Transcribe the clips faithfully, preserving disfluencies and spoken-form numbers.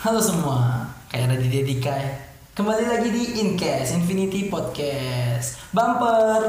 Halo semua, kayak ada di Dedika ya. Kembali lagi di Incast Infinity Podcast Bumper.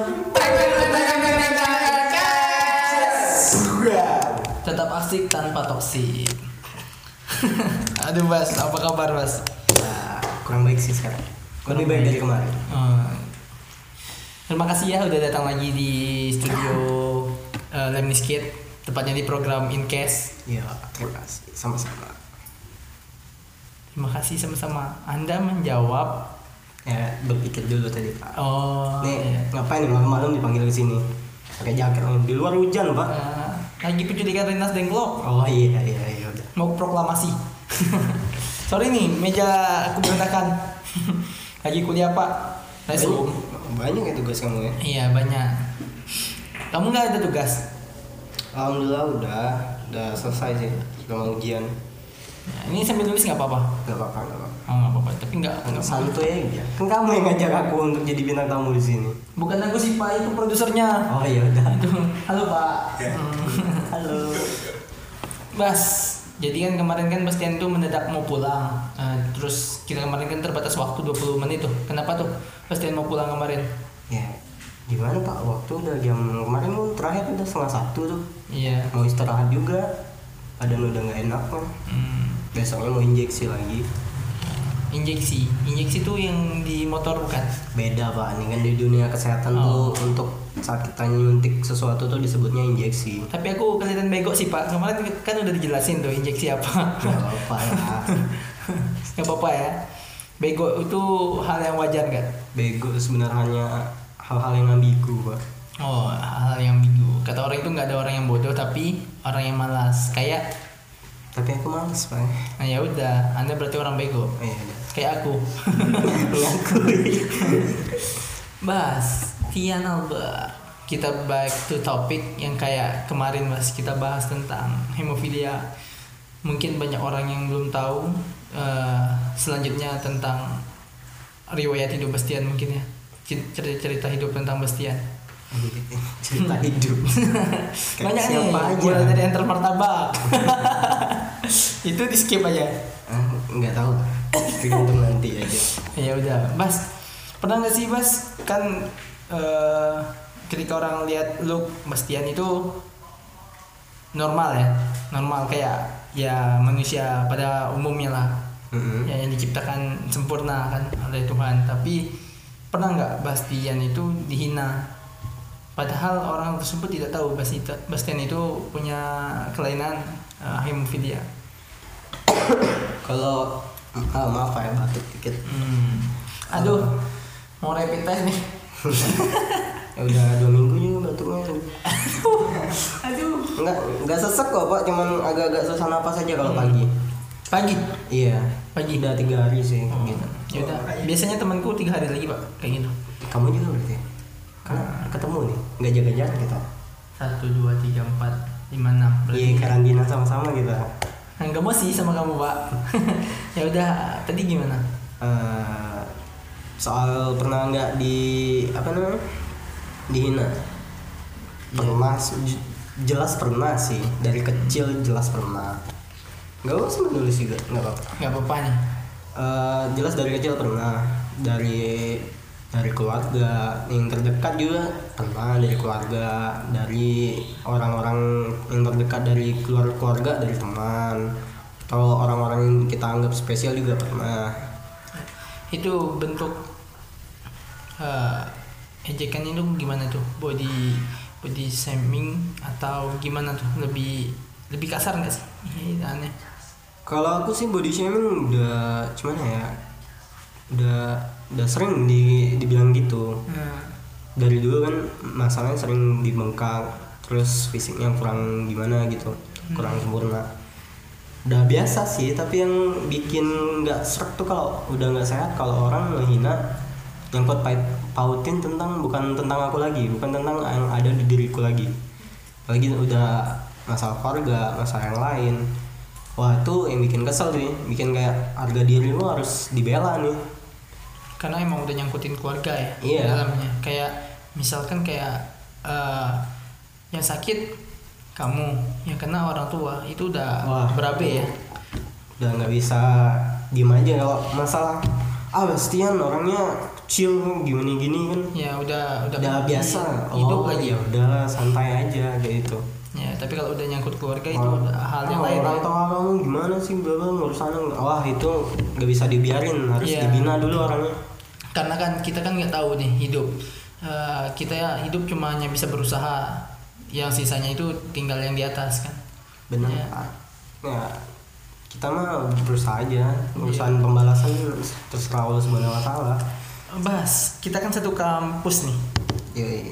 Tetap asik tanpa toksik. Aduh Bas, apa kabar Bas? Nah, kurang baik sih sekarang. Lebih baik dari kemarin. Oh. Terima kasih ya udah datang lagi di studio uh, Lemniskit, tepatnya di program Incast. Iya, terima kasih. Sama-sama. Terima kasih sama-sama. Anda menjawab. Ya, berpikir dulu tadi, Pak. Oh. Nih, Iya. ngapain nih malam-malam dipanggil ke sini? Pakai jaket. Di luar hujan, Pak. Uh, lagi penculikan Rentas Dengklok. Oh iya, iya, iya udah. Mau proklamasi. Sorry nih, meja aku berantakan. Lagi kuliah Pak. Resum. Banyak ya tugas kamu ya? Iya banyak. Kamu nggak ada tugas? Alhamdulillah udah, udah selesai sih. Sudah mau ujian. Nah, ini sambil nulis nggak apa-apa? Gak apa-apa, gak apa-apa. Oh nggak apa-apa. Tapi nggak nggak Santuy aja. Kan kamu yang ngajak aku untuk jadi bintang tamu di sini. Bukan aku sih Pak, itu produsernya. Oh iya udah. Itu. Halo Pak. Ya. Hmm. Halo. Bas. Jadi kan kemarin kan Bastian tuh mendadak mau pulang. Nah, terus kita kemarin kan terbatas waktu dua puluh menit tuh. Kenapa tuh Bastian mau pulang kemarin? Ya, gimana Pak? Waktu udah jam kemarin kan terakhir udah setengah satu tuh. Iya. Mau istirahat juga. Badan udah nggak enak kan. Hmm. Besoknya mau injeksi lagi. Injeksi, injeksi tuh yang di motor bukan? Beda Pak, ini kan di dunia kesehatan Oh. tuh untuk saat kita nyuntik sesuatu tuh disebutnya injeksi. Tapi aku kelihatan bego sih Pak. Kemarin kan udah dijelasin tuh injeksi apa. Gak apa-apa lah. Gak apa-apa ya. Bego itu hal yang wajar gak? Bego sebenarnya hal-hal yang ambigu Pak. Oh, hal yang ambigu. Kata orang itu nggak ada orang yang bodoh tapi orang yang malas. Kayak, Tapi aku males Pak. nah ya udah. Anda berarti orang bego. Oh, iya udah. Kayak aku. Mengakui. Bas, Tian Albert. Kita back to topic yang kayak kemarin Mas kita bahas tentang hemofilia. Mungkin banyak orang yang belum tahu. Uh, selanjutnya tentang riwayat hidup Bastian mungkin ya. Cerita-cerita hidup tentang Bastian. Cerita hidup. Banyak nih. Siapa aja? Mulai dari enter martabak. Itu di skip aja. Ah, nggak tahu. Tergantung nanti aja. Ya udah, Bas. Pernah nggak sih Bas kan uh, ketika orang lihat look Bastian itu normal ya, normal kayak ya manusia pada umumnya lah, Mm-hmm. ya yang diciptakan sempurna kan oleh Tuhan. Tapi pernah nggak Bastian itu dihina? Padahal orang tersebut tidak tahu Bastian itu punya kelainan uh, hemofilia. Kalau ah, maaf ya batuk dikit. Hmm. Aduh, mau rapid test nih. Ya udah dua minggu juga batuknya. Aduh. Enggak enggak sesek kok Pak, cuman agak-agak susah napas aja kalau Hmm. pagi. Pagi. Iya. Pagi. Udah tiga hari sih Oh, gitu. ya udah. Biasanya temanku tiga hari lagi Pak, kayak gitu. Kamu juga berarti? Karena Ah. ketemu nih, nggak jaga jarak kita. Satu, dua, tiga, empat, lima, enam. Iya karantina sama-sama kita. Enggak mau sih sama kamu Pak. Ya udah. Tadi gimana? Eh, soal pernah nggak di apa namanya dihina? Pernah, j- jelas pernah sih. Dari kecil jelas pernah. Nggak usah menulis juga, nggak apa-apa. Gak apa-apa nih. Eh, jelas dari kecil pernah, dari dari keluarga yang terdekat juga pernah, dari keluarga, dari orang-orang yang terdekat, dari keluar keluarga, dari teman, atau orang-orang yang kita anggap spesial juga pernah. Itu bentuk uh, ejekan itu gimana tuh? Body body shaming atau gimana tuh? Lebih lebih kasar nggak sih? Ini aneh. Kalau aku sih body shaming udah cuman ya, udah udah sering di, dibilang gitu. Nah, Dari dulu kan masalahnya sering dibengkak, terus fisiknya kurang gimana gitu, kurang sempurna. Udah biasa sih, tapi yang bikin nggak srek tuh kalau udah nggak sehat kalau orang menghina nyangkut pait- pautin tentang bukan tentang aku lagi, bukan tentang yang ada di diriku lagi. Apalagi udah masalah keluarga, masalah yang lain. Wah itu yang bikin kesel sih, bikin kayak harga diri lu harus dibela nih. karena emang udah nyangkutin keluarga ya Iya. di dalamnya. Kayak misalkan kayak uh, yang sakit kamu, yang kena orang tua, itu udah Wah. berabe ya. udah nggak bisa diem aja. Kalau masalah ah Bastian orangnya chill gimana gini kan Ya udah udah, udah biasa hidup oh, lagi. ya udah santai aja kayak gitu. Ya tapi kalau udah nyangkut keluarga itu Oh, hal yang oh, lain. orang Ya. tua kamu gimana sih bla ngurusannya, wah itu nggak bisa dibiarin, harus Iya. dibina dulu orangnya. Karena kan kita kan nggak tahu nih hidup. Eh, kita ya hidup cuma hanya bisa berusaha. Yang sisanya itu tinggal yang di atas kan. Benar Ya. Pak. Ya kita mah berusaha aja, urusan pembalasan terserah Allah Subhanahu wa taala. Bas, kita kan satu kampus nih. Yoi.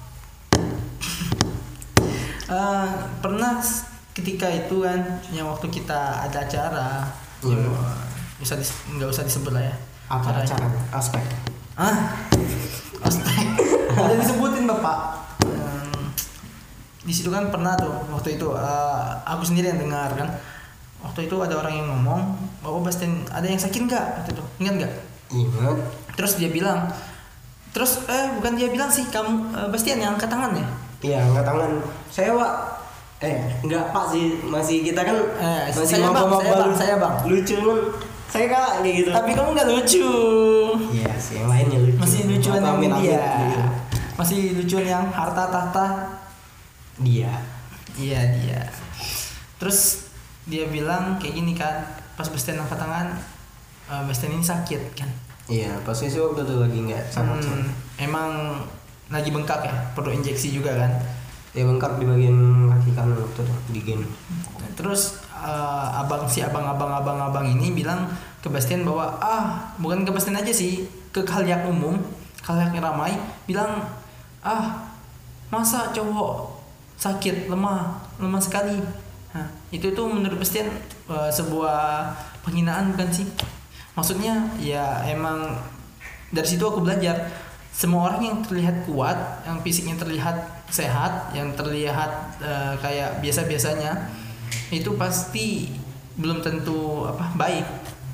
Eh, pernah s- ketika itu kan yang waktu kita ada acara, Hmm. yang, eh, bisa dis- nggak usah disebut lah ya. Apa Acaranya. acara aspek Ah, aspek. Udah disebutin bapak. Hmm, di situ kan pernah tuh waktu itu eh, aku sendiri yang dengar kan. Waktu itu ada orang yang ngomong bahwa Bastian ada yang sakit nggak waktu itu, ingat nggak? ingat Terus dia bilang, terus eh bukan dia bilang sih kamu eh, Bastian yang angkat tangan ya? iya angkat tangan saya Pak eh enggak Pak sih, masih kita kan Eh, masih saya, Bang, maba-maba saya, Bang, lu- saya, Bang. lucu kan saya Kak kayak gitu. Tapi kamu nggak lucu. Iya sih yang lainnya lucu, Masih lucuan yang Amin, amin, dia. gitu. Masih lucuan yang harta tahta. Dia Iya dia. Terus dia bilang kayak gini kan, pas Bastian angkat tangan, eh, Bastian ini sakit kan. iya posisi waktu itu lagi nggak sama Hmm, emang lagi bengkak ya, perlu injeksi juga kan. ya bengkak di bagian kaki kanan waktu itu di gen. Terus eh, abang si abang-abang abang-abang ini bilang ke Bastian bahwa ah bukan ke Bastian aja sih, ke khalayak umum, khalayak yang ramai, bilang ah masa cowok sakit lemah lemah sekali. Nah, itu tuh menurut Bastian eh, sebuah penghinaan bukan sih? Maksudnya ya emang dari situ aku belajar semua orang yang terlihat kuat, yang fisiknya terlihat sehat, yang terlihat eh, kayak biasa-biasanya itu pasti belum tentu apa baik.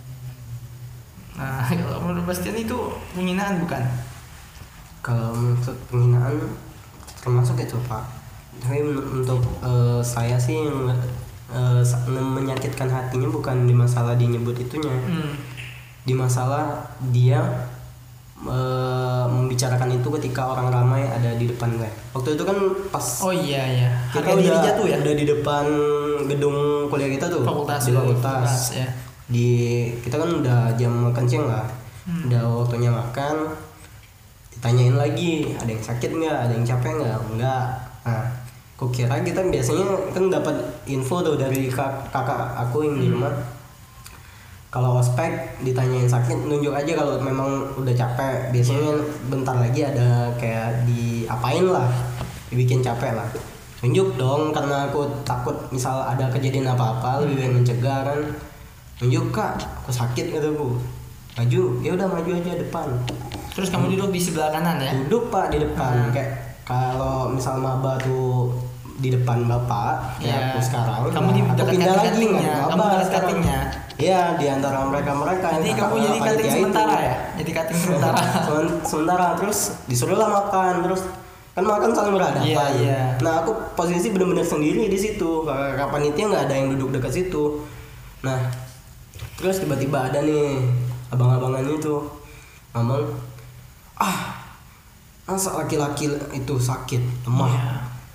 Nah, kalau menurut Bastian itu penghinaan bukan? Kalau maksud penghinaan termasuk itu Pak, tapi men- untuk eh, saya sih yang eh, sa- menyakitkan hatinya bukan di masalah dia nyebut itunya, Hmm. di masalah dia eh, membicarakan itu ketika orang ramai ada di depan gue. Waktu itu kan pas Oh iya ya. kita Harga diri udah jatuh ya. udah di depan gedung kuliah kita tuh, Fakultas di ya, fakultas. fakultas, ya. Di kita kan udah jam makan siang lah, Hmm. udah waktunya makan. Ditanyain lagi, ada yang sakit nggak, ada yang capek nggak, nggak. Nah, kukira kita biasanya kan dapat info tuh dari kak- kakak aku yang di Hmm. rumah. Kalau ospek ditanyain sakit, nunjuk aja kalau memang udah capek. Biasanya bentar lagi ada kayak diapain lah, dibikin capek lah. Nunjuk dong, karena aku takut misal ada kejadian apa-apa, lebih baik mencegah kan. Nunjuk Kak, aku sakit kataku. Maju, ya udah maju aja depan. Terus kamu duduk di sebelah kanan ya? Duduk Pak di depan. Hmm. Kayak kalau misal maba tuh di depan bapak, kayak Ya. aku sekarang. Kamu di nah, aku dekat pindah lagi cutting-cuttingnya, nggak kamu maba dekat sekarang. cuttingnya. Iya, di antara mereka-mereka. Jadi yang kamu kakak jadi cutting panitia sementara itu. ya? Jadi cutting sementara. Semen- sementara terus disuruhlah makan, terus kan makan saling berhadapan. Iya, iya. Nah aku posisi benar-benar sendiri di situ. Kakak panitia nggak ada yang duduk dekat situ. Nah terus tiba-tiba ada nih abang-abangan itu ngomong, ah masa laki-laki itu sakit lemah. Iya.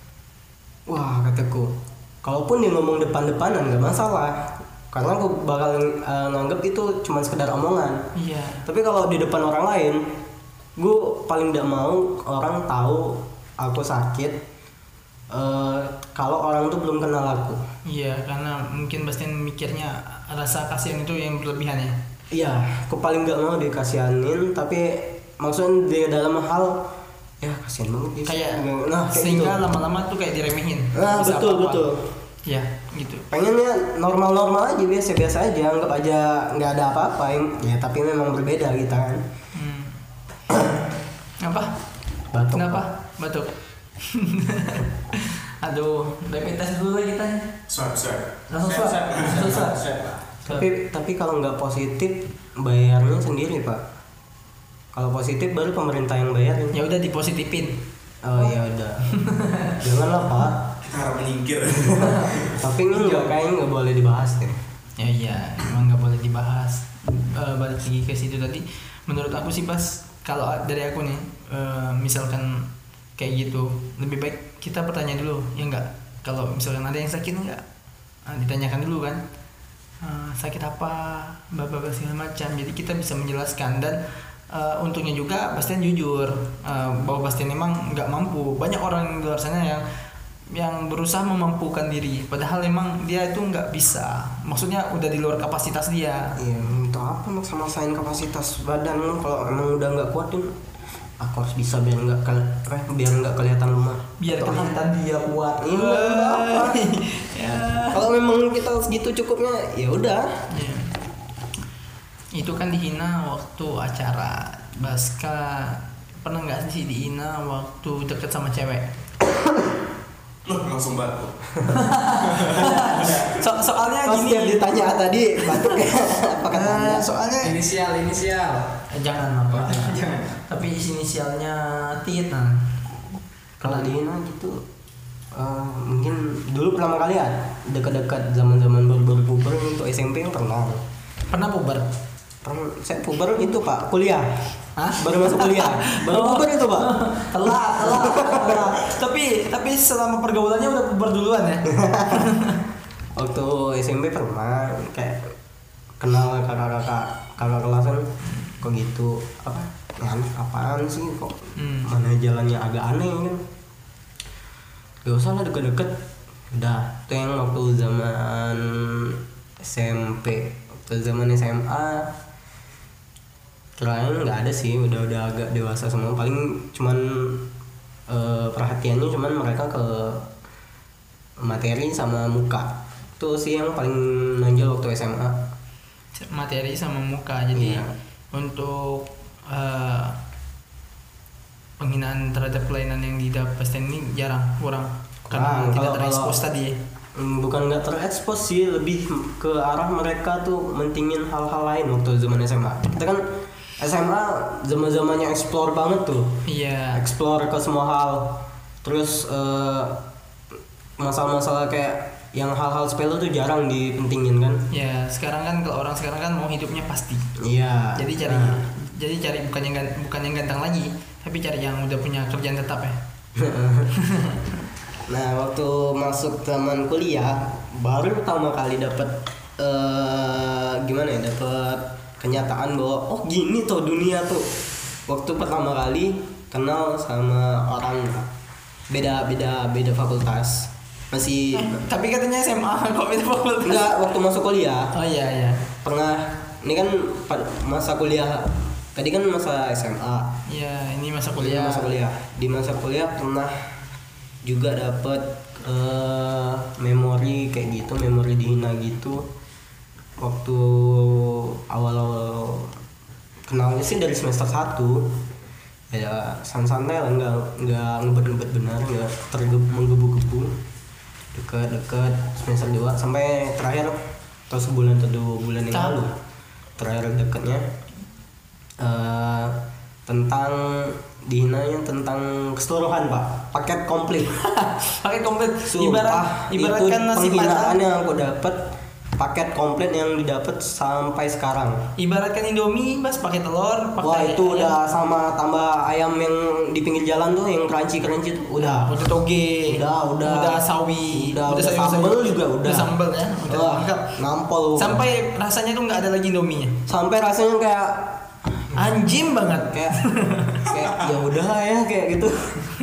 Wah kataku, kalaupun dia ngomong depan-depanan nggak masalah, karena aku bakal eh, nganggep itu cuma sekedar omongan. Iya. Tapi kalau di depan orang lain, gue paling tidak mau orang tahu aku sakit. eh, kalau orang tuh belum kenal aku. Iya, karena mungkin Bastian mikirnya rasa kasihan itu yang berlebihan ya. Iya, aku paling nggak mau dikasihanin. Tapi maksudnya di dalam hal ya kasihan banget dia. Kayak nah, kayak sehingga gitu. lama-lama tuh kayak diremehin. Nah Bisa betul apa-apa. betul. Ya, gitu. Pengennya normal-normal aja, biasa-biasa aja, anggap aja nggak ada apa-apa. Ya tapi memang berbeda kita kan. Hmm. Apa? Batuk. Kenapa? Batuk. Aduh, rapid test dulu lah kita. Swab, swab. Langsung swab. Langsung swab. Tapi tapi kalau nggak positif bayarnya sendiri Pak. Kalau positif baru pemerintah yang bayarin. Ya udah dipositifin. Oh ya udah. Janganlah Pak. Kita harap menyingkir. Tapi ini nggak kayaknya nggak boleh dibahas deh. Ya iya, emang nggak boleh dibahas. Uh, balik lagi ke situ tadi. Menurut aku sih pas kalau dari aku nih, uh, misalkan kayak gitu, lebih baik kita bertanya dulu, ya enggak. Kalau misalkan ada yang sakit enggak, nah, ditanyakan dulu kan, uh, sakit apa, bapak segala macam. Jadi kita bisa menjelaskan dan uh, untungnya juga Bastian jujur uh, bahwa Bastian memang nggak mampu. Banyak orang di luar sana yang yang berusaha memampukan diri padahal emang dia itu nggak bisa, maksudnya udah di luar kapasitas dia. Iya, untuk apa maksa-maksain kapasitas badan lu kalau emang udah nggak kuatin. Aku harus bisa biar nggak eh, biar nggak kelihatan lemah, biar kelihatan dia kuat. Iya, apa ya. Kalau memang kita segitu cukupnya ya udah ya. Itu kan dihina waktu acara Baska, pernah nggak sih dihina waktu deket sama cewek? Loh, langsung batuk. so, soalnya pas gini yang ditanya tadi batuk ya apa katanya? Soalnya inisial inisial eh, jangan apa jangan. Tapi inisialnya Tit. Nah Kalau dihina gitu uh, mungkin dulu pertama kali ya dekat-dekat zaman-zaman baru-baru puber untuk S M P pernah pernah puber. Pernah saya puber itu Pak kuliah. Hah? Baru masuk kuliah. Baru puber itu Pak. Telat, telat, telat. Tapi tapi selama pergaulannya udah puber duluan ya. Waktu S M P pernah kayak kenal kakak-kakak kakak kelasan kok gitu apa ya, apaan sih kok hmm. mana jalannya agak aneh kan. Gak usah lah deket-deket. Udah itu yang waktu zaman S M P. Waktu zaman S M A kirain nggak ada sih, udah udah agak dewasa semua, paling cuman uh, perhatiannya cuman mereka ke materi sama muka, itu sih yang paling nonjol waktu S M A. Materi sama muka, jadi iya. Untuk uh, penghinaan terhadap kelainan yang didapat ini jarang, kurang, karena kurang. tidak Kalau, terekspos tadi ya. Bukan nggak terekspos sih, lebih ke arah mereka tuh mentingin hal-hal lain waktu zaman S M A. Kita kan S M A zaman-zamannya explore banget tuh. Iya. Explore ke semua hal. Terus uh, masalah-masalah kayak yang hal-hal sepele tuh jarang dipentingin kan. Ya, sekarang kan kalau orang sekarang kan mau hidupnya pasti. Iya. Jadi cari nah. jadi cari bukan yang bukan yang ganteng lagi, tapi cari yang udah punya kerjaan tetap ya. Nah, waktu masuk zaman kuliah baru pertama kali dapat uh, gimana ya, dapat kenyataan bahwa oh gini tuh dunia tuh. Waktu pertama kali kenal sama orang beda beda beda fakultas. Masih eh, tapi katanya S M A kok beda fakultas? Enggak, waktu masuk kuliah. Oh iya iya. Pernah, ini kan masa kuliah. Tadi kan masa S M A. Iya, ini masa kuliah. Ini masa kuliah. Di masa kuliah pernah juga dapat uh, memori kayak gitu, memori dihina gitu. Waktu awal-awal kenalnya sih dari semester satu. Ya santai lah, nggak nggak ngebet-ngebet benar, nggak tergep menggebu-gebu. Dekat-dekat semester dua sampai terakhir atau sebulan atau dua bulan yang lalu terakhir dekatnya uh, tentang dihinanya tentang keseluruhan Pak, paket komplit. Paket komplit. Sumpah, Ibarat ibaratkan itu nasi penghinaan padang yang aku dapat, paket komplit yang didapat sampai sekarang. Ibaratkan Indomie Mas pakai telur, pakai wah itu ayam. Udah sama tambah ayam yang di pinggir jalan tuh yang crunchy crunchy tuh udah udah toge, udah udah udah sawi, udah, udah, udah sambel juga udah, udah sambel ya, udah wah, lengkap. nampol Sampai rasanya tuh nggak ada lagi Indominya. Sampai rasanya kayak anjing banget, kayak kayak ya udah ya kayak gitu.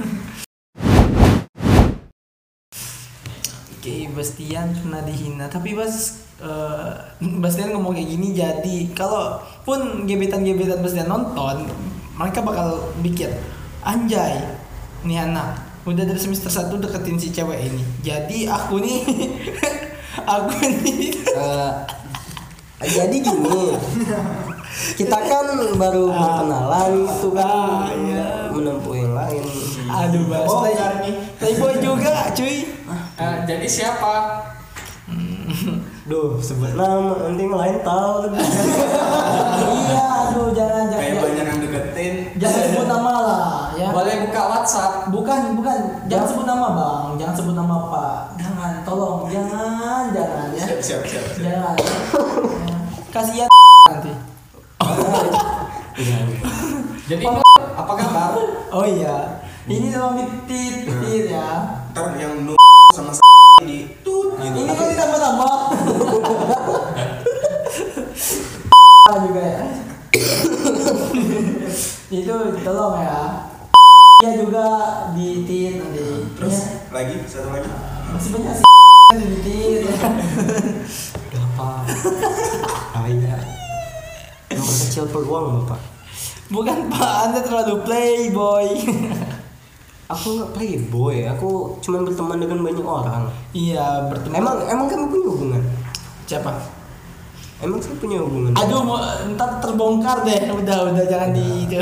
Oke, Bastian pernah dihina, tapi Bas uh, Bastian ngomong kayak gini, jadi kalau pun gebetan-gebetan Bastian nonton, mereka bakal mikir, anjay, nih anak udah dari semester satu deketin si cewek ini, jadi aku nih aku nih uh, jadi gini, kita kan baru berkenalan itu kan, ah, iya. menempuh yang lain. Aduh Bas, Oh, play- nih. playboy juga cuy. Uh, jadi siapa? Duh, sebut nama nanti yang lain tahu. Iya, aduh jangan jangan Kayak banyak yang deketin. jangan sebut nama lah ya. Boleh buka WhatsApp. Bukan, bukan. Jangan Ya. sebut nama bang, jangan sebut nama pak. Jangan, tolong, jangan, jangan ya. Siapa siap siap. Jangan. Kasihan nanti. Jadi apa kabar? Oh iya. Ini sama Tit, Tit ya. Ntar yang nu sama di tut gitu. Ini kok ditambah-tambah. juga ya. Itu tolong ya. Ya juga di Tit nanti. Terus Ya. lagi satu lagi. Masih banyak sih di Tit. Udah apa? Kaya. Memperkecil peluang bapak. Bukan Pak, Anda terlalu playboy. Aku nggak playboy, aku cuma berteman dengan banyak orang. Iya, berteman. Emang emang kamu punya hubungan? Siapa? Emang saya punya hubungan? Aduh, mau, ntar terbongkar deh. Udah, udah jangan di itu.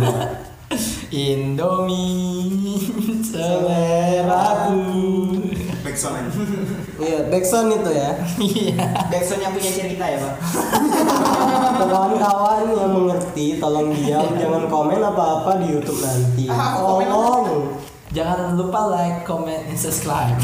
Indomie seleraku. Backsound aja. Iya, backsound itu ya. Iya. Backsound yang punya cerita ya pak. Kawan-kawan yang mengerti, tolong diam, jangan komen apa-apa di YouTube nanti. Ah, komen apa? Tolong. Jangan lupa like, comment, and subscribe.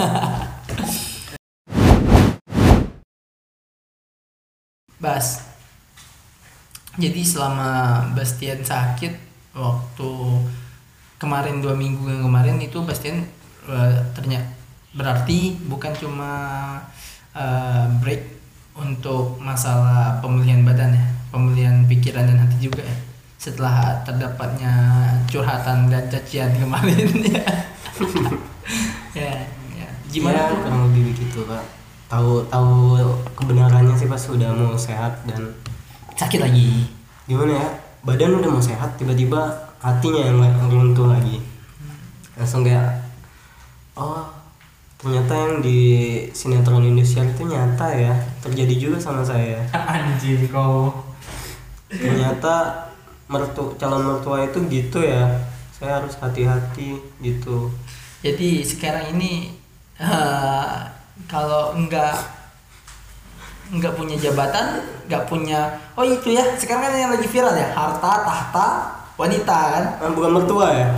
Bas. Jadi selama Bastian sakit waktu kemarin dua minggu yang kemarin itu Bastian uh, ternyata berarti bukan cuma uh, break untuk masalah pemulihan badan ya, pemulihan pikiran dan hati juga ya. Setelah terdapatnya curhatan dan cacian kemarin ya. ya, ya. Gimana Ya, tuh? kurang lebih begitu pak. Tahu tahu kebenarannya sih pas udah mau sehat dan Sakit lagi. gimana ya, badan udah mau sehat tiba-tiba hatinya yang nggak runtuh lagi. Langsung kayak oh ternyata yang di sinetron Indonesia itu nyata ya, terjadi juga sama saya. Anjing kau. Ternyata mertu calon mertua itu gitu ya, saya harus hati-hati gitu. Jadi sekarang ini uh, kalau enggak enggak punya jabatan, enggak punya, oh itu ya sekarang kan yang lagi viral ya, harta tahta wanita kan. Ah, bukan mertua ya.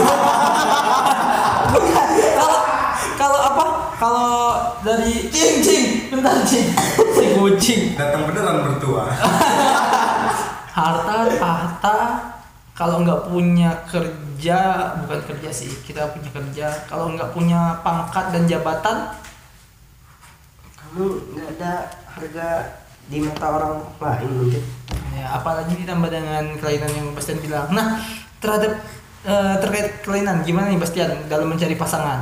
Kalau kalau apa? Kalau dari cing cing, bentar cing, si kucing. Datang beneran bertua. Harta tahta, kalau nggak punya kerja, bukan kerja sih, kita punya kerja. Kalau nggak punya pangkat dan jabatan, Kamu nggak ada harga di mata orang lain mungkin. ya apalagi ditambah dengan kelainan yang Bastian bilang. Nah, terhadap eh, terkait kelainan, gimana nih Bastian dalam mencari pasangan?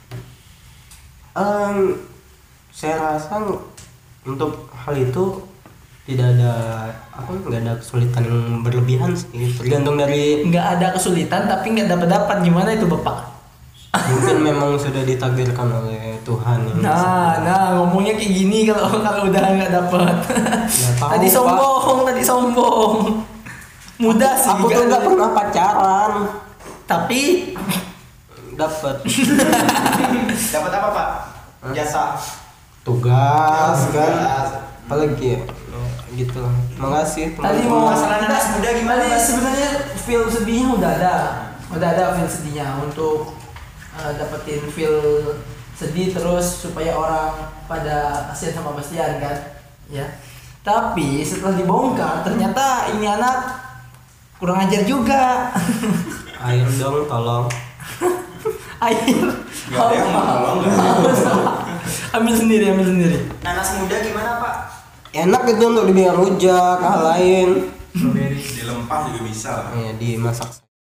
Em, saya rasa untuk hal itu tidak ada apa nggak ada kesulitan yang berlebihan sih, tergantung dari Nggak ada kesulitan tapi nggak dapat dapat, gimana itu Bapak? mungkin memang sudah ditakdirkan oleh Tuhan yang Nah, nah ngomongnya kayak gini kalau kalau udah nggak dapet. Nggak tahu, Tadi Pak. sombong, tadi sombong. Mudah sih. aku tuh nggak pernah pacaran Tapi dapat Dapat apa pak? Jasa. tugas kan apalagi ya gitu lah. Makasih tadi teman-teman. mau Masalah anak muda gimana, Tadi Mas? sebenarnya feel sedihnya udah ada, udah ada feel sedihnya untuk uh, dapetin feel sedih terus supaya orang pada kasihan sama Bastian kan, ya. Tapi setelah dibongkar ternyata ini anak kurang ajar juga. Air dong tolong. Air. Gak ada yang mau tolong, nggak Ambil sendiri, ambil sendiri. Nanas muda gimana pak? Enak itu untuk dibikin rujak hal lain. Dilempah juga bisa lah. Ya, dimasak.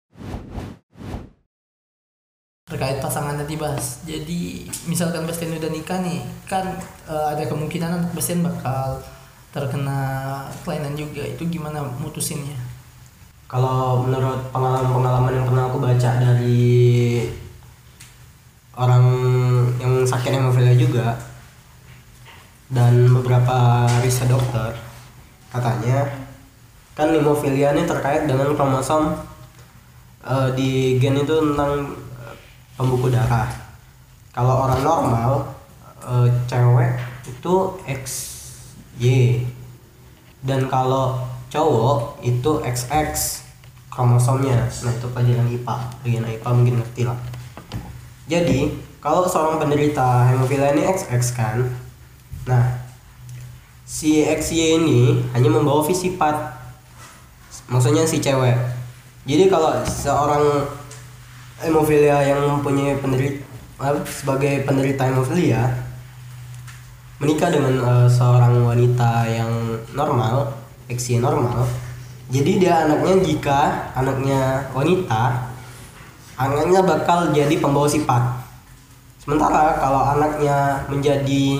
Terkait pasangan tadi Bas, jadi misalkan Bastian udah nikah nih, kan eh, ada kemungkinan anak Bastian bakal terkena kelainan juga. Itu gimana mutusinnya? Kalau menurut pengalaman-pengalaman yang pernah aku baca dari orang yang sakit hemofilia juga dan beberapa riset dokter, katanya kan hemofilia ini terkait dengan kromosom eh, di gen itu tentang eh, pembuku darah. Kalau orang normal eh, cewek itu X Y dan kalau cowok itu X X kromosomnya. Nah itu pelajaran I P A, bagian I P A mungkin ngerti lah. Jadi kalau seorang penderita hemofilia ini X X kan, nah si X Y ini hanya membawa visi sifat, maksudnya si cewek. Jadi kalau seorang hemofilia yang mempunyai penderita sebagai penderita hemofilia menikah dengan uh, seorang wanita yang normal, X Y normal, jadi dia anaknya, jika anaknya wanita, anaknya bakal jadi pembawa sifat. Sementara kalau anaknya menjadi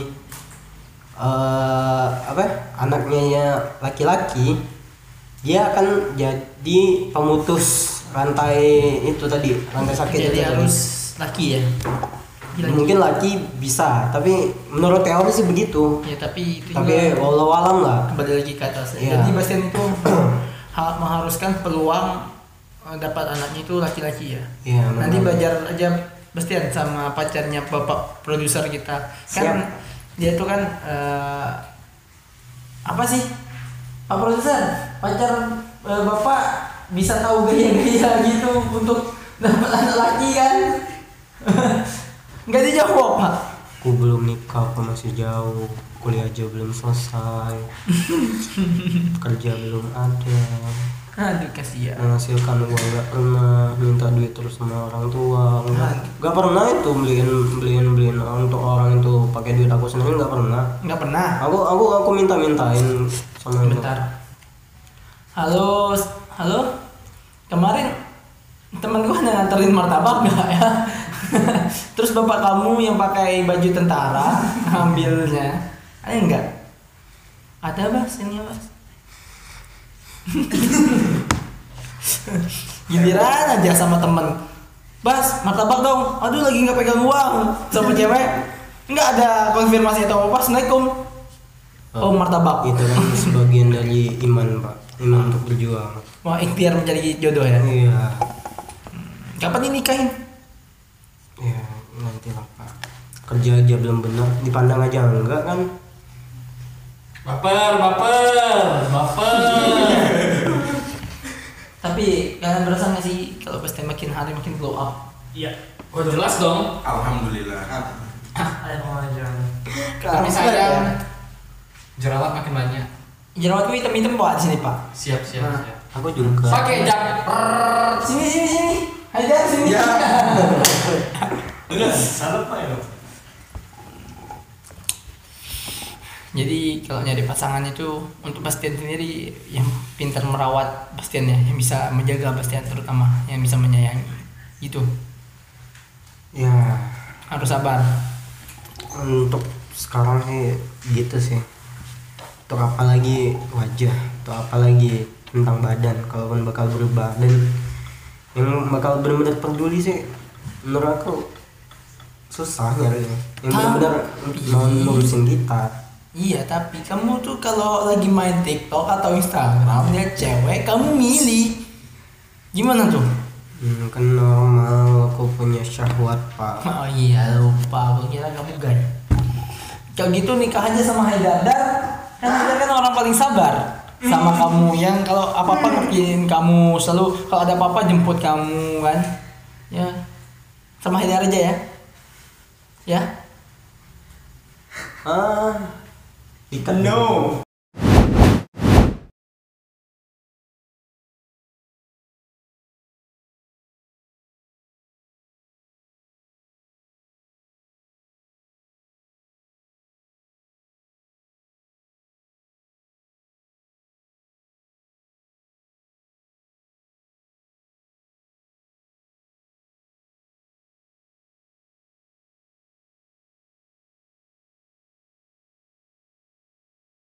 uh, apa anaknya ya laki-laki, dia akan jadi pemutus rantai itu tadi, rantai sakit Jadi itu harus tadi. laki ya. Laki. Mungkin laki bisa, tapi menurut teori sih begitu. Ya tapi itu Tapi walau alam lah. kembali lagi ke atas. Iya. Jadi Bastian itu ha- mengharuskan peluang eh, dapat anaknya itu laki-laki ya. Iya. Nanti benar. belajar aja Bastian sama pacarnya bapak produser kita. Kan Siap. dia tuh kan eh, apa sih? Pak produser, pacar eh, bapak bisa tahu gaya-gaya gitu untuk dapat anak laki kan? Nggak dijawab Pak. Aku belum nikah, aku masih jauh. Kuliah aja belum selesai. Kerja belum ada. Aduh kasihan. Menghasilkan uang nggak pernah, minta duit terus sama orang tua. Nggak, nggak pernah itu beliin beliin beliin untuk orang itu pakai duit aku sendiri, nggak pernah. Nggak pernah. Aku aku aku minta mintain sama itu. Bentar. Halo, halo. Kemarin temen gua ada nganterin martabak nggak ya? Terus bapak kamu yang pakai baju tentara ngambilnya, ada nggak? Ada Bas, ini ya Bas. Giliran aja sama temen. Bas, martabak dong. Aduh lagi nggak pegang uang sama cewek. Nggak ada konfirmasi atau apa. Assalamualaikum. Oh martabak. Itu kan sebagian dari iman, Pak. Iman untuk berjuang. Mau ikhtiar mencari jodoh ya. Iya. Kapan dinikahin? Ya nanti lah Pak. Kerja aja belum benar, dipandang aja enggak kan? Baper, baper, baper. Tapi kalian berasa nggak sih kalau pasti makin hari makin glow up? Iya. Oh jelas dong. Alhamdulillah. Kami sayang. Jerawat makin banyak. Jerawatku hitam-hitam Pak di sini Pak. Siap, siap, Nah. siap. Aku juga. Pakai jam. Sini sini sini. Haidar sini. Ya. Udah, salah Pak ya. Jadi kalau nyari pasangan itu untuk Bastian sendiri yang pintar merawat Bastian ya, yang bisa menjaga Bastian terutama, yang bisa menyayangi. Gitu. Ya Harus sabar. untuk sekarang sih gitu sih. Untuk apa lagi wajah, untuk apa lagi tentang badan, kalaupun bakal berubah, dan yang bakal benar-benar peduli sih menurut aku susah nyarinya. Yang benar-benar mau ngurusin kita. Iya, tapi kamu tuh kalau lagi main TikTok atau Instagram lihat cewek, kamu milih. Gimana tuh? Hmm, kan normal, aku punya syahwat Pak. Oh iya, lupa. Aku kira kamu gay. Kalau gitu nikah aja sama Haidar. Kan Haidar kan orang paling sabar sama kamu, yang kalau apa-apa ngertiin kamu, selalu kalau ada apa-apa jemput kamu kan. Ya. Sama Haidar aja ya. Ya. Ah, ikan no.